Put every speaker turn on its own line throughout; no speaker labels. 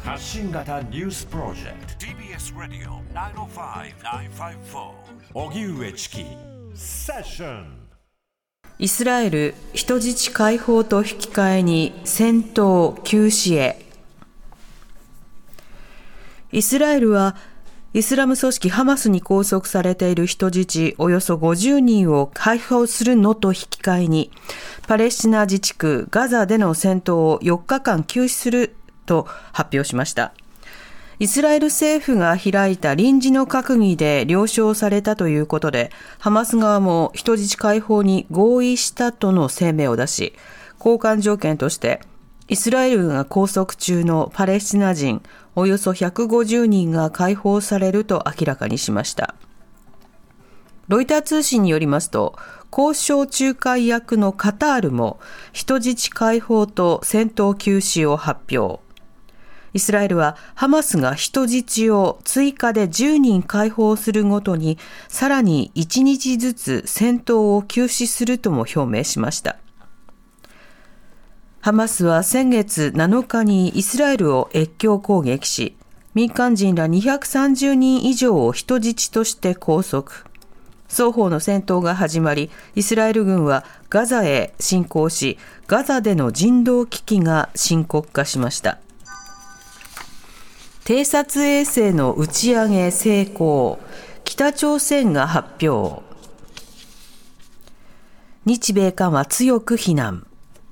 発信型ニュースプロジェクト
TBS ラディオ905-954
おぎゅうえちきセッション。
イスラエル人質解放と引き換えに戦闘休止へ。イスラエルはイスラム組織ハマスに拘束されている人質およそ50人を解放するのと引き換えにパレスチナ自治区ガザでの戦闘を4日間休止すると発表しました。イスラエル政府が開いた臨時の閣議で了承されたということで、ハマス側も人質解放に合意したとの声明を出し、交換条件としてイスラエルが拘束中のパレスチナ人およそ150人が解放されると明らかにしました。ロイター通信によりますと、交渉仲介役のカタールも人質解放と戦闘休止を発表。イスラエルはハマスが人質を追加で10人解放するごとにさらに1日ずつ戦闘を休止するとも表明しました。ハマスは先月7日にイスラエルを越境攻撃し、民間人ら230人以上を人質として拘束。双方の戦闘が始まり、イスラエル軍はガザへ侵攻し、ガザでの人道危機が深刻化しました。偵察衛星の打ち上げ成功、北朝鮮が発表。日米韓は強く非難。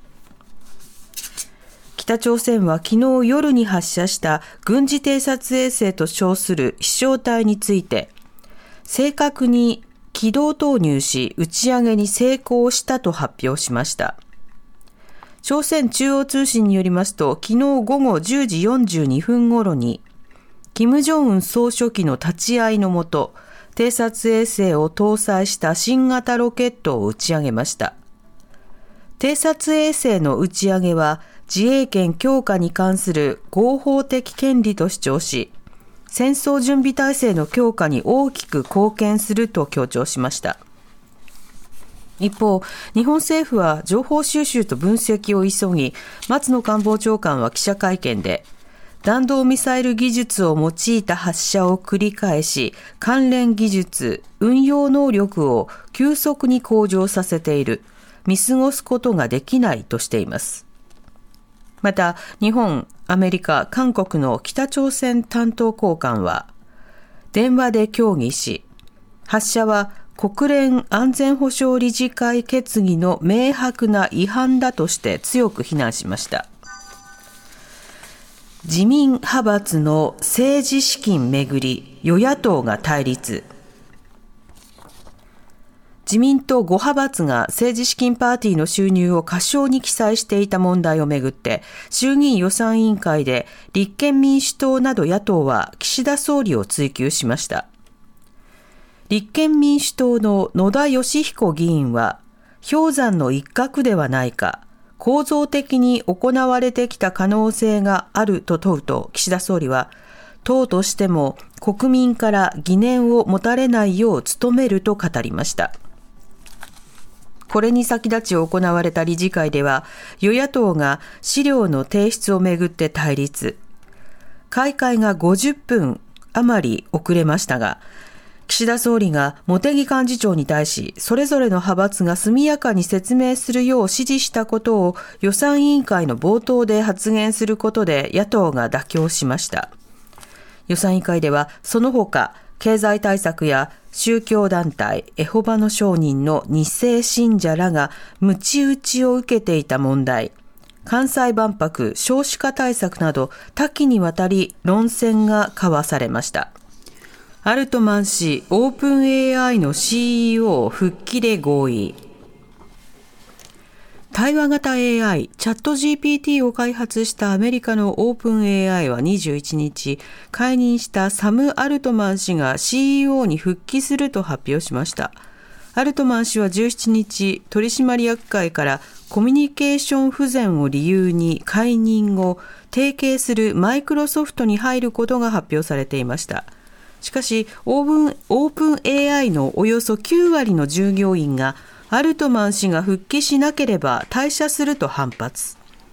北朝鮮は昨日夜に発射した軍事偵察衛星と称する飛翔体について、正確に軌道投入し打ち上げに成功したと発表しました。朝鮮中央通信によりますと、昨日午後10時42分頃に、金正恩総書記の立ち会いのもと、偵察衛星を搭載した新型ロケットを打ち上げました。偵察衛星の打ち上げは、自衛権強化に関する合法的権利と主張し、戦争準備体制の強化に大きく貢献すると強調しました。一方、日本政府は情報収集と分析を急ぎ、松野官房長官は記者会見で、弾道ミサイル技術を用いた発射を繰り返し、関連技術、運用能力を急速に向上させている、見過ごすことができないとしています。また、日本、アメリカ、韓国の北朝鮮担当高官は、電話で協議し、発射は国連安全保障理事会決議の明白な違反だとして強く非難しました。自民派閥の政治資金めぐり、与野党が対立。自民党5派閥が政治資金パーティーの収入を過少に記載していた問題をめぐって、衆議院予算委員会で立憲民主党など野党は岸田総理を追及しました。立憲民主党の野田佳彦議員は、氷山の一角ではないか、構造的に行われてきた可能性があると問うと、岸田総理は、党としても国民から疑念を持たれないよう努めると語りました。これに先立ち行われた理事会では、与野党が資料の提出をめぐって対立。開会が50分余り遅れましたが、岸田総理が茂木幹事長に対し、それぞれの派閥が速やかに説明するよう指示したことを予算委員会の冒頭で発言することで野党が妥協しました。予算委員会では、その他、経済対策や宗教団体エホバの証人の2世信者らが鞭打ちを受けていた問題、関西万博少子化対策など多岐にわたり論戦が交わされました。アルトマン氏、オープン AI の CEO 復帰で合意。対話型 AI、チャット GPT を開発したアメリカのオープン AI は21日、解任したサム・アルトマン氏が CEO に復帰すると発表しました。アルトマン氏は17日、取締役会からコミュニケーション不全を理由に解任後、提携するマイクロソフトに入ることが発表されていました。しかし、オープン AI のおよそ9割の従業員がアルトマン氏が復帰しなければ退社すると反発。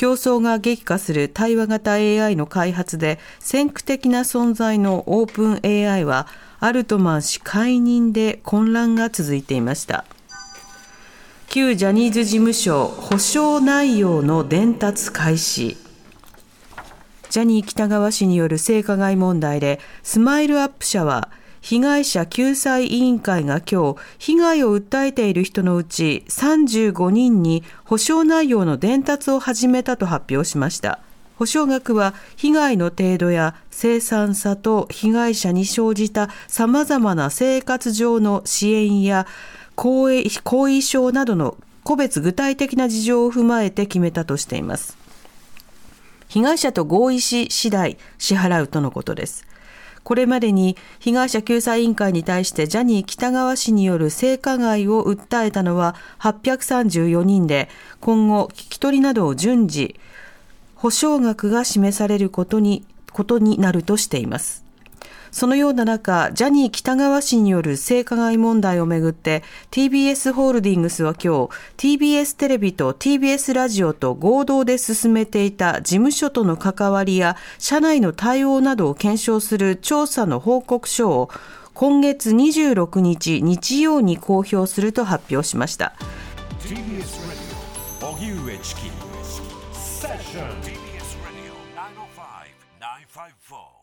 競争が激化する対話型 AI の開発で先駆的な存在のオープン AI はアルトマン氏解任で混乱が続いていました。旧ジャニーズ事務所補償内容の伝達開始。ジャニー喜多川氏による性加害問題でスマイルアップ社は被害者救済委員会が今日被害を訴えている人のうち35人に補償内容の伝達を始めたと発表しました。補償額は被害の程度や凄惨さと被害者に生じたさまざまな生活上の支援や後遺症などの個別具体的な事情を踏まえて決めたとしています。被害者と合意し次第支払うとのことです。これまでに被害者救済委員会に対してジャニー喜多川氏による性加害を訴えたのは834人で、今後聞き取りなどを順次補償額が示されることになるとしています。そのような中、ジャニー喜多川氏による性加害問題をめぐって TBS ホールディングスは今日 TBS テレビと TBS ラジオと合同で進めていた事務所との関わりや社内の対応などを検証する調査の報告書を今月26日日曜に公表すると発表しました。
TBS ラジオ荻上チキセッション
TBS Radio 905-954